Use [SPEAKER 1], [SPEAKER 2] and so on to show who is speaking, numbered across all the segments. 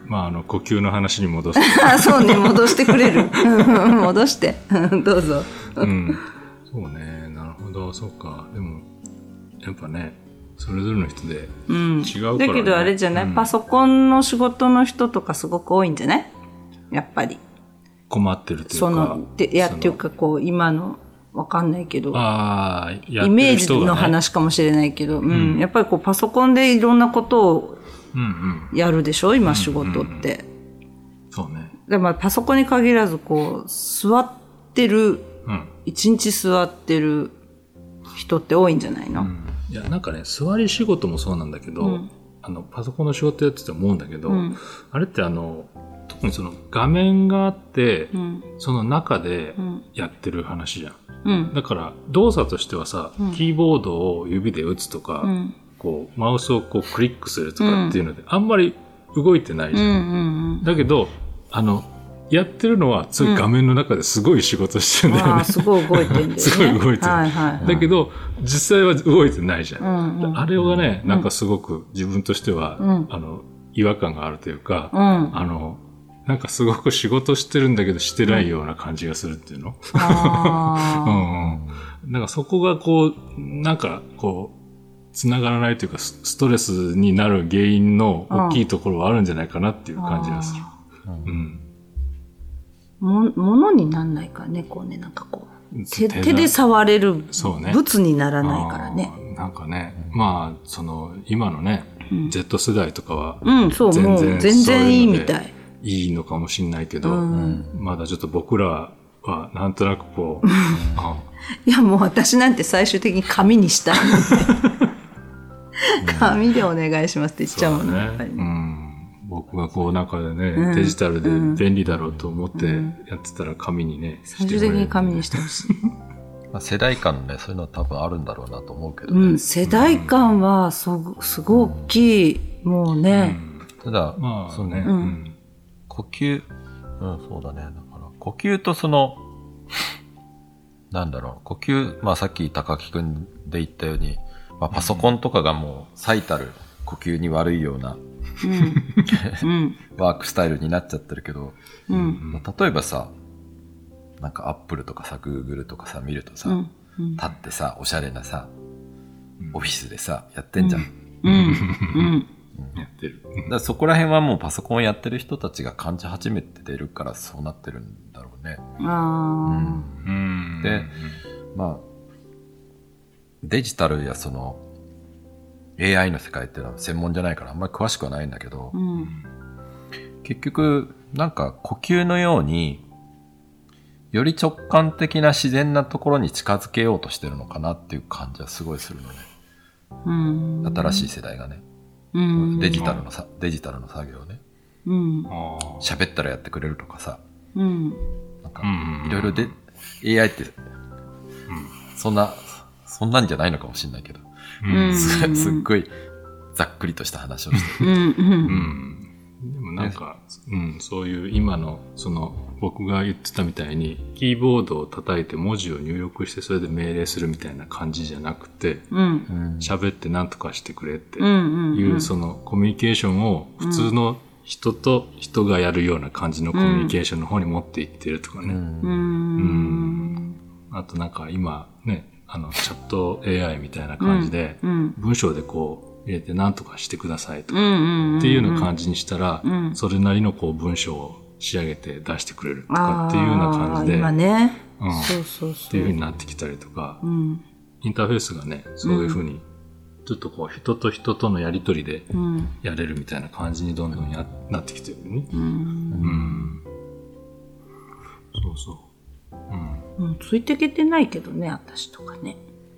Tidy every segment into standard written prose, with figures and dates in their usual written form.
[SPEAKER 1] まあ、呼吸の話に戻す。
[SPEAKER 2] そうね、戻してくれる。戻して。どうぞ。
[SPEAKER 1] うん。そうね。なるほど。そうか。でも、やっぱね、それぞれの人で違うからね。
[SPEAKER 2] だけどあれじゃない、パソコンの仕事の人とかすごく多いんじゃない？やっぱり。
[SPEAKER 1] 困ってるというか。
[SPEAKER 2] っていうかこう、今の、わかんないけど。
[SPEAKER 1] やってる人がね、
[SPEAKER 2] イメージの話かもしれないけど、やっぱりこう、パソコンでいろんなことをやるでしょ、今仕事って。
[SPEAKER 1] そうね。
[SPEAKER 2] でもパソコンに限らずこう、座ってる、一日座ってる人って多いんじゃないの？
[SPEAKER 1] いや、なんかね、座り仕事もそうなんだけど、パソコンの仕事やってて思うんだけど、あれって特にその画面があって、その中でやってる話じゃん。だから動作としてはさ、キーボードを指で打つとか、こうマウスをこうクリックするとかっていうので、あんまり動いてないじゃん。だけど、やってるのは画面の中ですごい仕事してるんだよね。
[SPEAKER 2] すごい動いてるんだよね。
[SPEAKER 1] すごい動いてる。だけど、実際は動いてないじゃん。あれがね、なんかすごく自分としては、違和感があるというか、なんかすごく仕事してるんだけどしてないような感じがするっていうの。なんかそこがこう、なんかこう、つながらないというか、ストレスになる原因の大きいところはあるんじゃないかなっていう感じがする。
[SPEAKER 2] ものになんないからね、こうね、なんかこう。手で触れる物にならないからね。
[SPEAKER 1] なんかね、まあ、今のね、Z 世代とかは、
[SPEAKER 2] そう、もう全然いいみたい。
[SPEAKER 1] いいのかもしれないけど、まだちょっと僕らはなんとなくこう、
[SPEAKER 2] いやもう私なんて最終的に紙にしたい紙でお願いしますって言っちゃうもんね。やっぱりね。
[SPEAKER 1] 僕がこう中でね、デジタルで便利だろうと思ってやってたら紙にね、
[SPEAKER 2] 最終的に紙にしてほしい。
[SPEAKER 3] 世代間のね、そういうのは多分あるんだろうなと思うけどね。
[SPEAKER 2] 世代間はすごく大きい、もうね。
[SPEAKER 3] ただ、
[SPEAKER 1] まあ、そうね。
[SPEAKER 3] 呼吸、そうだね。だから、呼吸となんだろう、呼吸、まあさっき高木くんで言ったように、まあパソコンとかがもう最たる呼吸に悪いような、ワークスタイルになっちゃってるけど、例えばさ、なんかアップルとかさ、グーグルとかさ、見るとさ、立ってさ、おしゃれなさ、オフィスでさ、やってんじゃん。
[SPEAKER 1] やってる。
[SPEAKER 3] だからそこら辺はもうパソコンやってる人たちが感じ始めてるからそうなってるんだろうね。で、まあ、デジタルやAI の世界っていうのは専門じゃないからあんまり詳しくはないんだけど、結局なんか呼吸のようにより直感的な自然なところに近づけようとしてるのかなっていう感じはすごいするのね。新しい世代がね。デジタルの作業ね。喋ったらやってくれるとかさ。なんか、いろいろで、AI って、そんなんじゃないのかもしれないけど。すっごい、ざっくりとした話をしてる。で
[SPEAKER 1] もなんか、そういう今の、僕が言ってたみたいに、キーボードを叩いて文字を入力してそれで命令するみたいな感じじゃなくて、喋って何とかしてくれっていう、コミュニケーションを普通の人と人がやるような感じのコミュニケーションの方に持っていってるとかね。あとなんか今ね、チャット AI みたいな感じで、文章でこう入れて何とかしてくださいとかっていうような感じにしたら、それなりのこう文章を仕上げて出してくれるとかっていうような感じで、
[SPEAKER 2] 今ね、
[SPEAKER 1] っていう風になってきたりとか、インターフェースがね、そういう風にちょっとこう人と人とのやりとりでやれるみたいな感じにどんどんなってきてるよね。そうそう。
[SPEAKER 2] ついていけてないけどね、私とかね。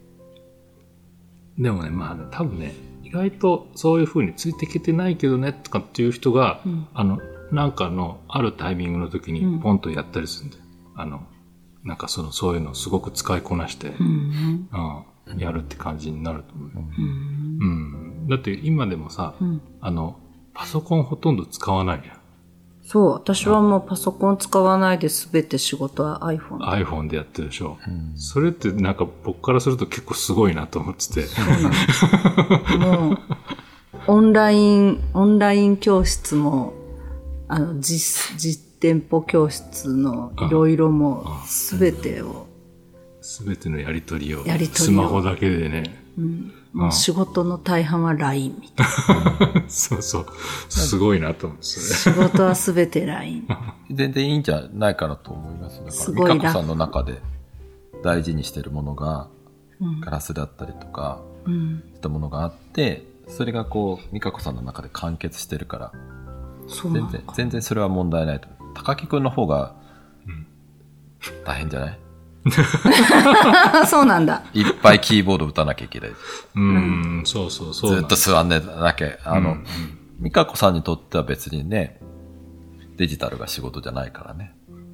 [SPEAKER 1] でもね、まあ多分ね、意外とそういう風についていけてないけどねとかっていう人が、なんかのあるタイミングの時にポンとやったりするんで、なんかそういうのをすごく使いこなして、やるって感じになると思う。だって今でもさ、パソコンほとんど使わないじゃん。
[SPEAKER 2] そう、私はもうパソコン使わないで全て仕事は
[SPEAKER 1] iPhone でやってるでしょ。それってなんか僕からすると結構すごいなと思ってて。
[SPEAKER 2] もう、オンライン教室も、 実店舗教室のいろいろもすべてを。
[SPEAKER 1] すべてのやりとりを。スマホだけでね。
[SPEAKER 2] うん。もう仕事の大半は LINE みたい
[SPEAKER 1] な。そうそう。すごいなと思って。
[SPEAKER 2] 仕事はすべて LINE。
[SPEAKER 3] 全然いいんじゃないかなと思います。だから、美香子さんの中で大事にしてるものが、ガラスだったりとか、したものがあって、それがこう、美香子さんの中で完結してるから、全然それは問題ないと。高木くんの方が、大変じゃない？
[SPEAKER 2] そうなんだ。
[SPEAKER 3] いっぱいキーボード打たなきゃいけない。
[SPEAKER 1] そう。
[SPEAKER 3] ずっと座んでなきゃ。美香子さんにとっては別にね、デジタルが仕事じゃないからね。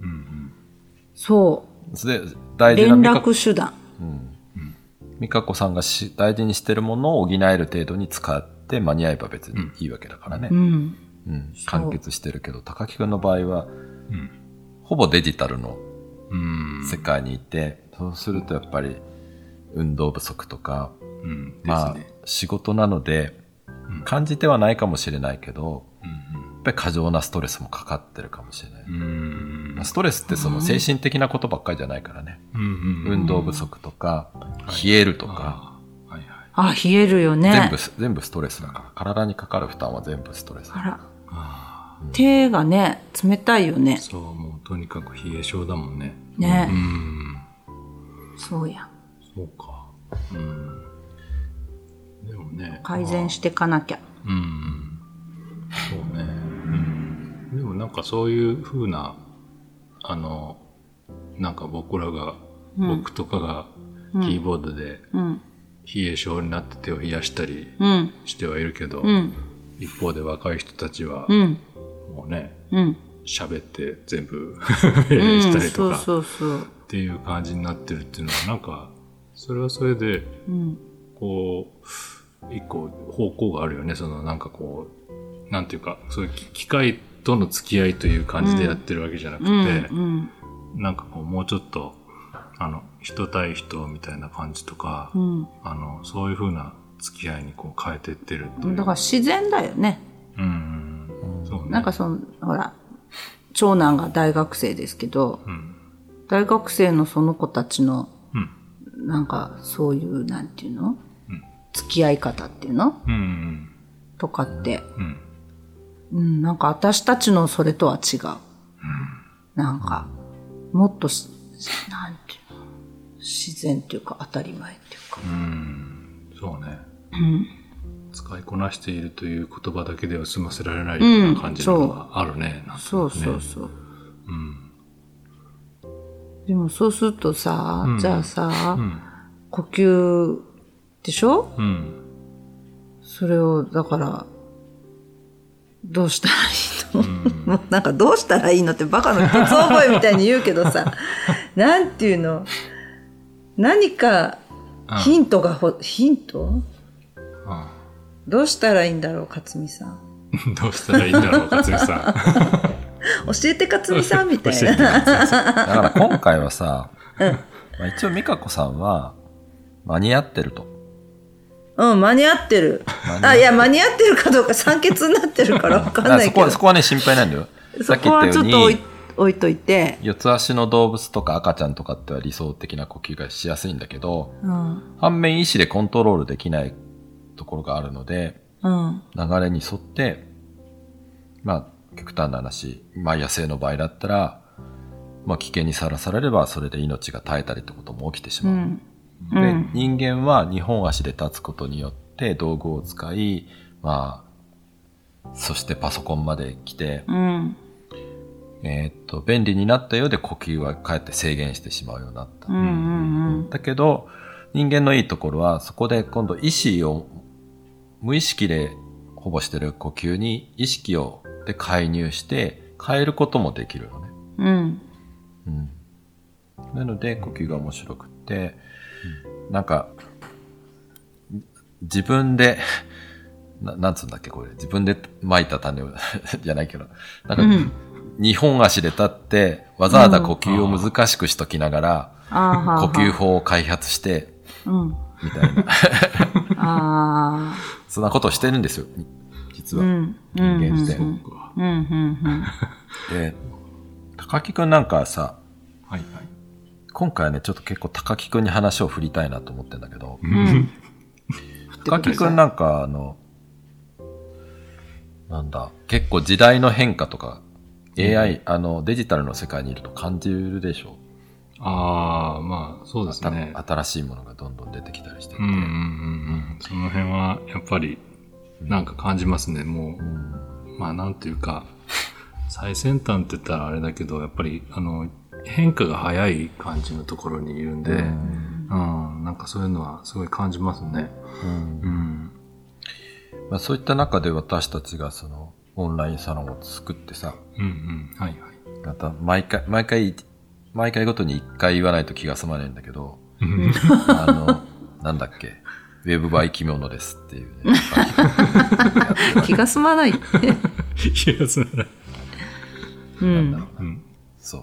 [SPEAKER 2] そう。
[SPEAKER 3] で、大事な
[SPEAKER 2] 連絡手段。
[SPEAKER 3] 美香子さんが大事にしてるものを補える程度に使って間に合えば別にいいわけだからね。完結してるけど、高木くんの場合は、ほぼデジタルの世界にいて、そうするとやっぱり運動不足とか、まあ仕事なので感じてはないかもしれないけど、やっぱり過剰なストレスもかかってるかもしれない。ストレスってその精神的なことばっかりじゃないからね。運動不足とか、冷えるとか。
[SPEAKER 2] 冷えるよね。
[SPEAKER 3] 全部ストレスだから。体にかかる負担は全部ストレスだから。
[SPEAKER 2] 手がね、冷たいよね。
[SPEAKER 1] そう、もうとにかく冷え性だもんね。
[SPEAKER 2] ね。そうや。
[SPEAKER 1] そうか。でもね。
[SPEAKER 2] 改善していかなきゃ。
[SPEAKER 1] そうね。でもなんかそういう風な、なんか僕とかがキーボードで冷え性になって手を冷やしたりしてはいるけど、一方で若い人たちは、もうね、喋って全部したりとか、っていう感じになってるっていうのは、なんか、それはそれで、こう、一個方向があるよね。そのなんかこう、なんていうか、そういう機械との付き合いという感じでやってるわけじゃなくて、なんかこう、もうちょっと、人対人みたいな感じとか、そういう風な付き合いにこう変えていってるっていう。
[SPEAKER 2] だから自然だよね。
[SPEAKER 1] そうね。
[SPEAKER 2] なんかほら、長男が大学生ですけど、大学生のその子たちの、なんかそういう、なんていうの、付き合い方っていうの、とかって、なんか私たちのそれとは違う。なんか、もっとなんていうの、自然っていうか当たり前っていうか。
[SPEAKER 1] そうね。使いこなしているという言葉だけでは済ませられないような感じのがあるね。
[SPEAKER 2] そう。でもそうするとさ、じゃあさ、呼吸でしょ？それを、だから、どうしたらいいの？なんかどうしたらいいのってバカの一つ覚えみたいに言うけどさ、なんていうの？何かヒント？どうしたらいいんだろう、勝美さん。
[SPEAKER 1] どうしたらいいんだろう、勝美さん。
[SPEAKER 2] 教えて、勝美さんみたいな。だ
[SPEAKER 3] から今回はさ、一応美香子さんは間に合ってると。
[SPEAKER 2] 間に合ってる。いや、間に合ってるかどうか酸欠になってるから分かんないけど。
[SPEAKER 3] そこはね、心配なんだよ。
[SPEAKER 2] そこはちょっと置いといて。
[SPEAKER 3] 四つ足の動物とか赤ちゃんとかっては理想的な呼吸がしやすいんだけど、反面意思でコントロールできないところがあるので、流れに沿って、まあ、極端な話、野生の場合だったら、危険にさらされればそれで命が絶えたりってことも起きてしまう。で、人間は2本足で立つことによって道具を使い、そしてパソコンまで来て、便利になったようで呼吸はかえって制限してしまうようになった。だけど、人間のいいところは、そこで今度意思を無意識でほぼしてる呼吸に意識をで介入して変えることもできるのね。なので呼吸が面白くって、なんか自分でなんつうんだっけこれ、自分で蒔いた種をじゃないけど、なんか、二本足で立ってわざわざ呼吸を難しくしときながら、呼吸法を開発して、みたいなそんなことをしてるんですよ、実実は。人間って。で、高木くんなんかさ、
[SPEAKER 1] はいはい。
[SPEAKER 3] 今回はね、ちょっと結構高木くんに話を振りたいなと思ってんだけど、高木くんなんかなんだ、結構時代の変化とか、AI、デジタルの世界にいると感じるでしょ？
[SPEAKER 1] ああ、まあ、そうですね。
[SPEAKER 3] 新しいものがどんどん出てきたりしてて。
[SPEAKER 1] その辺は、やっぱり、なんか感じますね。もう、まあ、なんていうか、最先端って言ったらあれだけど、やっぱり、変化が早い感じのところにいるんで、なんかそういうのはすごい感じますね。
[SPEAKER 3] まあ、そういった中で私たちがその、オンラインサロンを作ってさ、
[SPEAKER 1] はいはい。
[SPEAKER 3] また毎回ごとに1回言わないと気が済まないんだけど、なんだっけ、ウェブバイ生き物ですっていうね。
[SPEAKER 2] 気が済まないって。
[SPEAKER 1] 気が済まない。
[SPEAKER 3] なんだろうな。そう。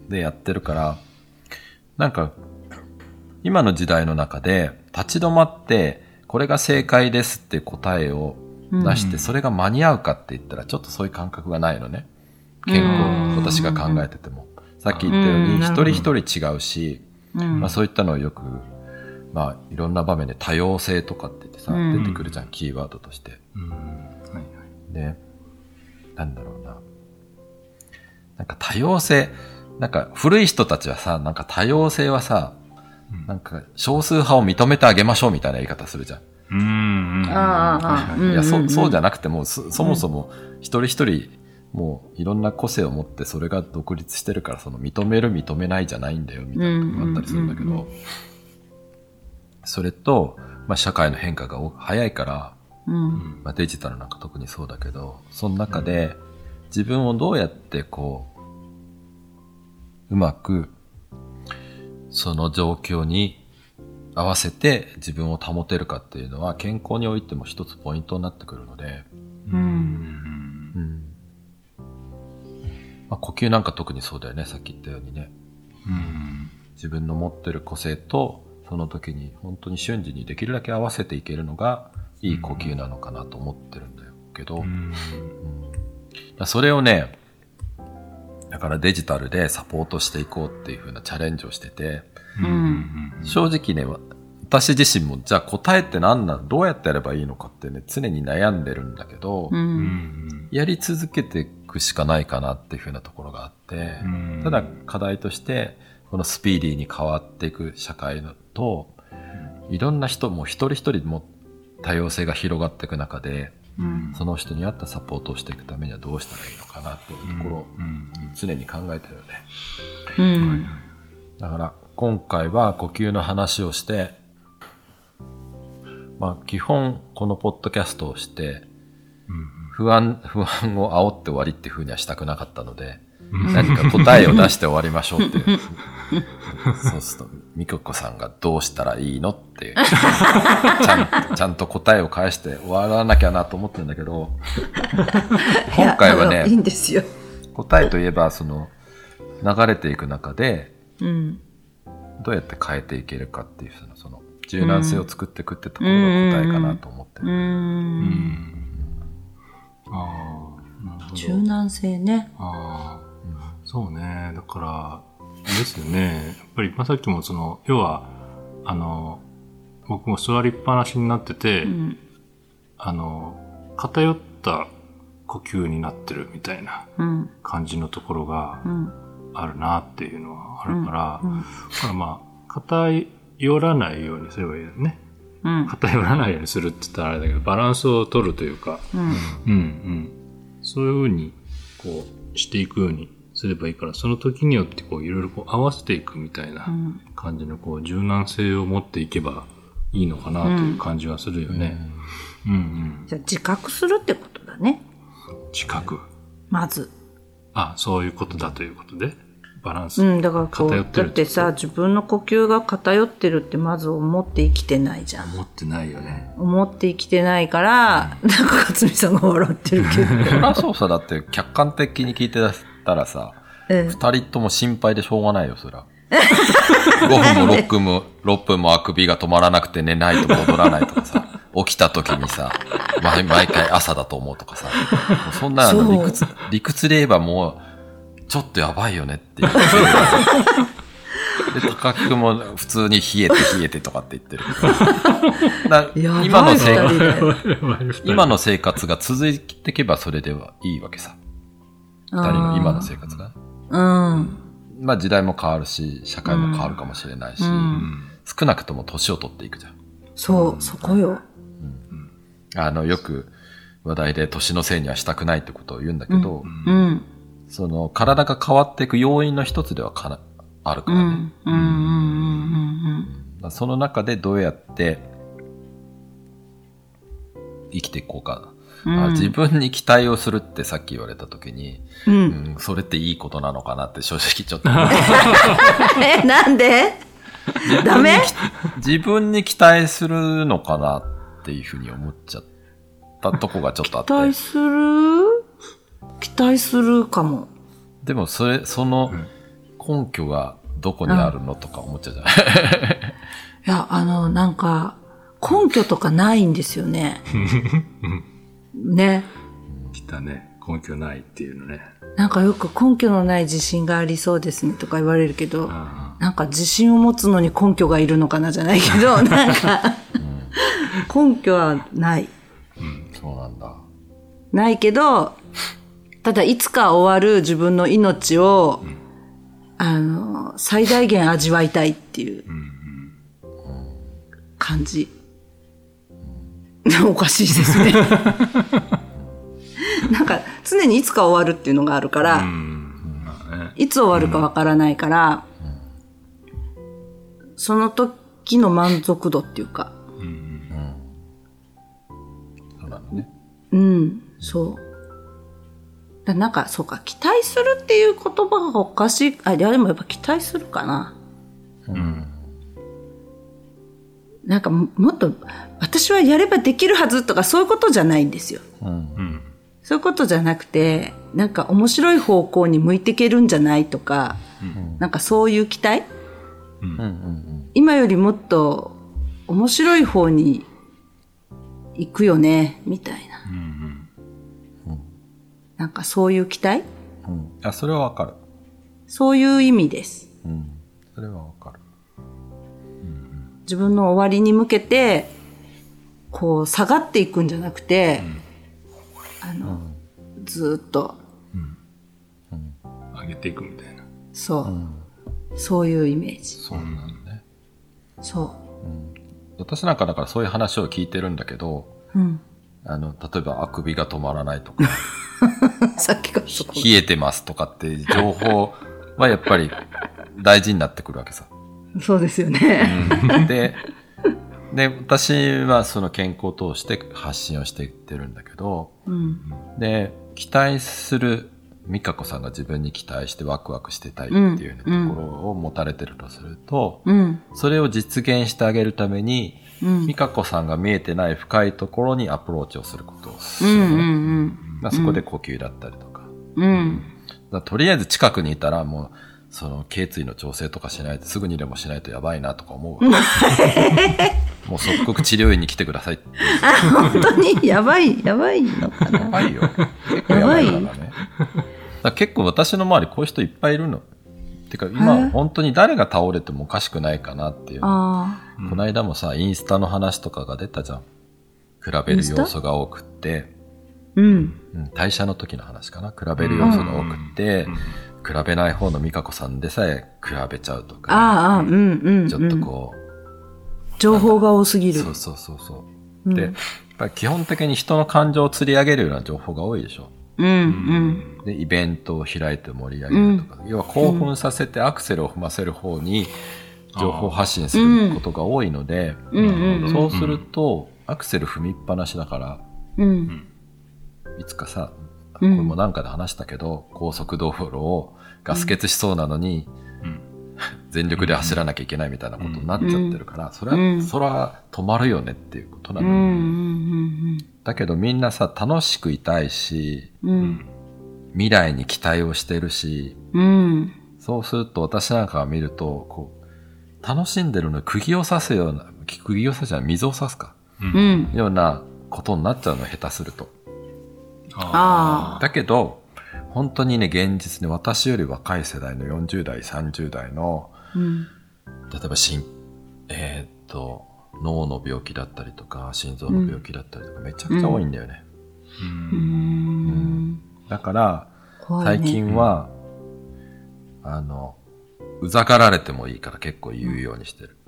[SPEAKER 3] でやってるから、なんか、今の時代の中で立ち止まって、これが正解ですって答えを出して、それが間に合うかって言ったら、ちょっとそういう感覚がないのね。結構、私が考えてても。さっき言ったように、一人一人違うし、まあそういったのをよく、まあいろんな場面で多様性とかって言ってさ、出てくるじゃん、キーワードとして。で、なんだろうな。なんか多様性、なんか古い人たちはさ、なんか多様性はさ、なんか少数派を認めてあげましょうみたいな言い方するじゃん。いや、そうじゃなくても、そもそも一人一人、もういろんな個性を持ってそれが独立してるから、その認める認めないじゃないんだよみたいなことがあったりするんだけど、それと、まあ社会の変化が早いから、まあデジタルなんか特にそうだけど、その中で自分をどうやってこう、うまくその状況に合わせて自分を保てるかっていうのは健康においても一つポイントになってくるので、まあ、呼吸なんか特にそうだよね、さっき言ったようにね。自分の持ってる個性とその時に本当に瞬時にできるだけ合わせていけるのがいい呼吸なのかなと思ってるんだよけど、それをね、だからデジタルでサポートしていこうっていう風なチャレンジをしてて、正直ね、私自身もじゃあ答えって何なの、どうやってやればいいのかってね、常に悩んでるんだけど、やり続けていくしかないかなっていう風なところがあって、ただ課題としてこのスピーディーに変わっていく社会と、いろんな人も一人一人も多様性が広がっていく中で、その人に合ったサポートをしていくためにはどうしたらいいのかなっていうところを常に考えてるよね。だから今回は呼吸の話をして、まあ基本このポッドキャストをして、不安を煽って終わりっていう風にはしたくなかったので、何か答えを出して終わりましょうっていう。そうすると、みここさんがどうしたらいいのっていう。ちゃんと答えを返して終わらなきゃなと思ってるんだけど、今回はね、
[SPEAKER 2] いいんですよ。
[SPEAKER 3] 答えといえば、その、流れていく中で、どうやって変えていけるかっていう、その、柔軟性を作っていくってところが答えかなと思ってる。
[SPEAKER 2] 柔軟性ね。
[SPEAKER 1] そうね。だから、ですよね。やっぱり、さっきもその、要は、僕も座りっぱなしになってて、偏った呼吸になってるみたいな感じのところがあるなっていうのはあるから、だからまあ、偏らないようにすればいいよね。偏らないようにするって言ったらあれだけど、バランスを取るというか、そういうふうに、こう、していくようにすればいいから、その時によってこう、いろいろこう、合わせていくみたいな感じの、こう、柔軟性を持っていけばいいのかなという感じはするよね。
[SPEAKER 2] じゃあ、自覚するってことだね。
[SPEAKER 1] 自覚。
[SPEAKER 2] まず。
[SPEAKER 1] そういうことだということで、バランス。
[SPEAKER 2] だからこう、だってさ、自分の呼吸が偏ってるってまず思って生きてないじゃん。
[SPEAKER 1] 思ってないよね。
[SPEAKER 2] 思って生きてないから、なんか勝美さんが笑ってるけど。
[SPEAKER 3] そりゃそうさ、だって客観的に聞いてたらさ、二人とも心配でしょうがないよ、そりゃ。5分も6分もあくびが止まらなくて寝ないと戻らないとかさ、 起きた時にさ、毎回朝だと思うとかさ、もうそんなの理屈で言えばもう、ちょっとやばいよねっていう。で、高木くんも普通に冷えてとかって言ってるけど。今の生活が続いていけばそれではいいわけさ。二人の今の生活が。
[SPEAKER 2] うん。
[SPEAKER 3] まあ時代も変わるし、社会も変わるかもしれないし、少なくとも年を取っていくじゃん。
[SPEAKER 2] そう、そこよ。
[SPEAKER 3] よく話題で年のせいにはしたくないってことを言うんだけど、その体が変わっていく要因の一つではあるからね。その中でどうやって生きていこうか。自分に期待をするってさっき言われた時に、それっていいことなのかなって正直ちょっと。
[SPEAKER 2] なんでダメ？
[SPEAKER 3] 自分に期待するのかなっていうふうに思っちゃったとこがちょっとあって。
[SPEAKER 2] 期待するかも。
[SPEAKER 3] でもその根拠がどこにあるのとか思っちゃうじゃない？
[SPEAKER 2] いや、なんか、根拠とかないんですよね。ね。
[SPEAKER 1] 来たね。根拠ないっていうのね。
[SPEAKER 2] なんかよく根拠のない自信がありそうですねとか言われるけど、なんか自信を持つのに根拠がいるのかなじゃないけど、なんか、根拠はない。
[SPEAKER 3] そうなんだ。
[SPEAKER 2] ないけど、ただいつか終わる自分の命を、最大限味わいたいっていう感じ。おかしいですね。なんか常にいつか終わるっていうのがあるから、いつ終わるかわからないから、その時の満足度っていうか。
[SPEAKER 3] そうなのね。
[SPEAKER 2] そう。なんか、そうか、期待するっていう言葉がおかしい。いや、でもやっぱ期待するかな。なんかもっと私はやればできるはずとかそういうことじゃないんですよ。そういうことじゃなくて、なんか面白い方向に向いていけるんじゃないとか、なんかそういう期待、今よりもっと面白い方に行くよねみたいな、なんかそういう期待、
[SPEAKER 3] それはわかる。
[SPEAKER 2] そういう意味です。
[SPEAKER 3] それはわかる。
[SPEAKER 2] 自分の終わりに向けてこう下がっていくんじゃなくて、ずっと、
[SPEAKER 1] 上げていくみたいな。
[SPEAKER 2] そういうイメージ。
[SPEAKER 3] そうなのね。
[SPEAKER 2] そう。
[SPEAKER 3] 私なんかだからそういう話を聞いてるんだけど、例えばあくびが止まらないとか、
[SPEAKER 2] さっきからそこ
[SPEAKER 3] 冷えてますとかって情報はやっぱり大事になってくるわけさ。
[SPEAKER 2] そうですよね。
[SPEAKER 3] で、私はその健康を通して発信をしていってるんだけど、で、期待する美香子さんが自分に期待してワクワクしてたいっていう、ところを持たれてるとすると、それを実現してあげるために、美香子さんが見えてない深いところにアプローチをすることをするね。そこで呼吸だったりとか。とりあえず近くにいたらもう、その頸椎の調整とかしないと、すぐにでもしないとやばいなとか思うわ。もう即刻治療院に来てくださいって。
[SPEAKER 2] 本当にやばいのかな。
[SPEAKER 3] やばいよ。結構やばいからね。結構私の周りこういう人いっぱいいるの。てか今本当に誰が倒れてもおかしくないかなっていう。この間もさ、インスタの話とかが出たじゃん。比べる要素が多くって。代謝の時の話かな。比べる要素が多くって、比べない方の美香子さんでさえ比べちゃうとか、ちょっとこう
[SPEAKER 2] 情報が多すぎる。
[SPEAKER 3] そう、でやっぱり基本的に人の感情を釣り上げるような情報が多いでしょ。でイベントを開いて盛り上げるとか、要は興奮させてアクセルを踏ませる方に情報発信することが多いので、そうするとアクセル踏みっぱなしだから、いつかさ、これもなんかで話したけど、高速道路をガス欠しそうなのに、全力で走らなきゃいけないみたいなことになっちゃってるから、それは止まるよねっていうことなの。だけどみんなさ、楽しくいたいし、未来に期待をしてるし、そうすると私なんかが見ると、こう、楽しんでるのに釘を刺すような、釘を刺すじゃない、水を刺すか。 ようなことになっちゃうの、下手すると。だけど、本当にね、現実に私より若い世代の40代、30代の、例えば脳の病気だったりとか、心臓の病気だったりとか、めちゃくちゃ多いんだよね。だから、最近は、うざがられてもいいから結構言うようにしてる。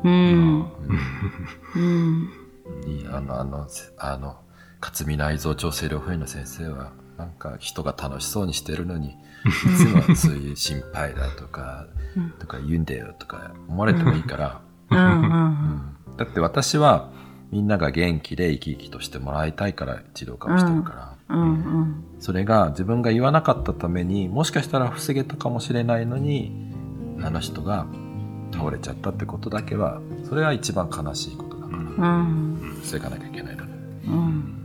[SPEAKER 3] 勝見内臓調整療法院の先生は、なんか人が楽しそうにしてるのに、いつもそういう心配だとか言うんだよとか思われてもいいから、だって私はみんなが元気で生き生きとしてもらいたいから治療家をしてるから、それが自分が言わなかったためにもしかしたら防げたかもしれないのに、あの人が倒れちゃったってことだけは、それは一番悲しいことだから、防がなきゃいけないので。